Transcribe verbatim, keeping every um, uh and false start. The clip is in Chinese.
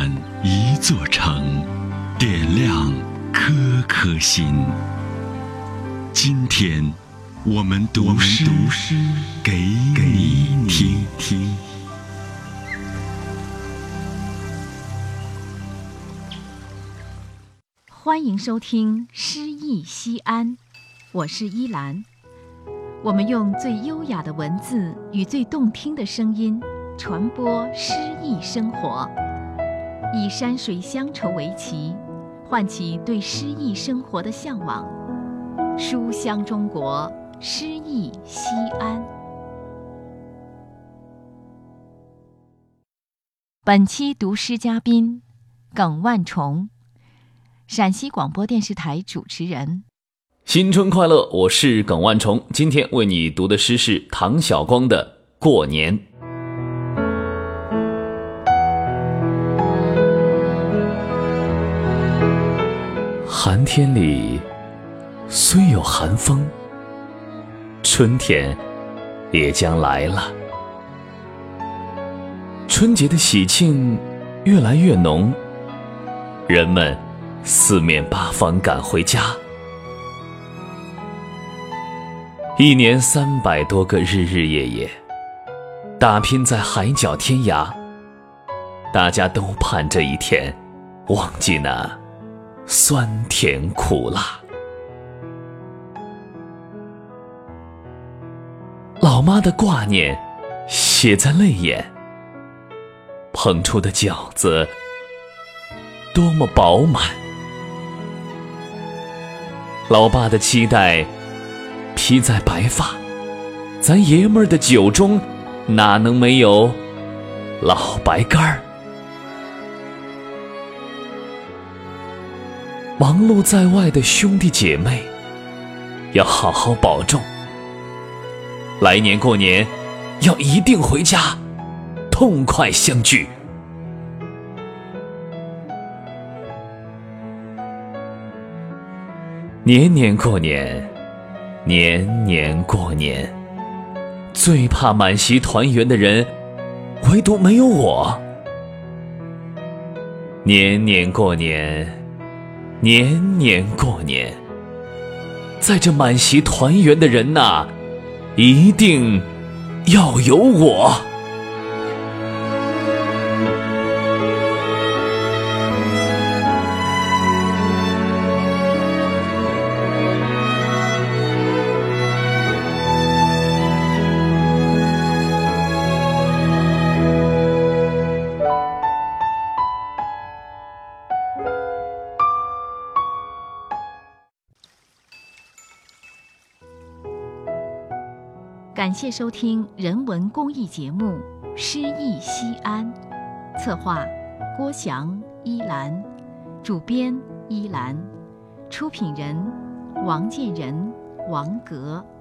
满一座城，点亮颗颗心。今天我们读诗给你听听。 欢迎收听诗意西安，我是依兰。我们用最优雅的文字与最动听的声音传播诗意生活，以山水乡愁为旗，唤起对诗意生活的向往。书香中国，诗意西安。本期读诗嘉宾耿万重，陕西广播电视台主持人。 新春快乐，我是耿万重。今天为你读的诗是唐晓光的《过年》。寒天里虽有寒风，春天也将来了。春节的喜庆越来越浓，人们四面八方赶回家。一年三百多个日日夜夜，打拼在海角天涯，大家都盼这一天忘记那酸甜苦辣。老妈的挂念写在泪眼，捧出的饺子多么饱满。老爸的期待披在白发，咱爷们儿的酒中哪能没有老白干儿？忙碌在外的兄弟姐妹要好好保重，来年过年要一定回家，痛快相聚。年年过年，年年过年，最怕满席团圆的人，唯独没有我。年年过年，年年过年，在这满席团圆的人呐，一定要有我。 感谢收听人文公益节目《诗意西安》，策划郭翔、依兰，主编依兰，出品人王建仁、王格。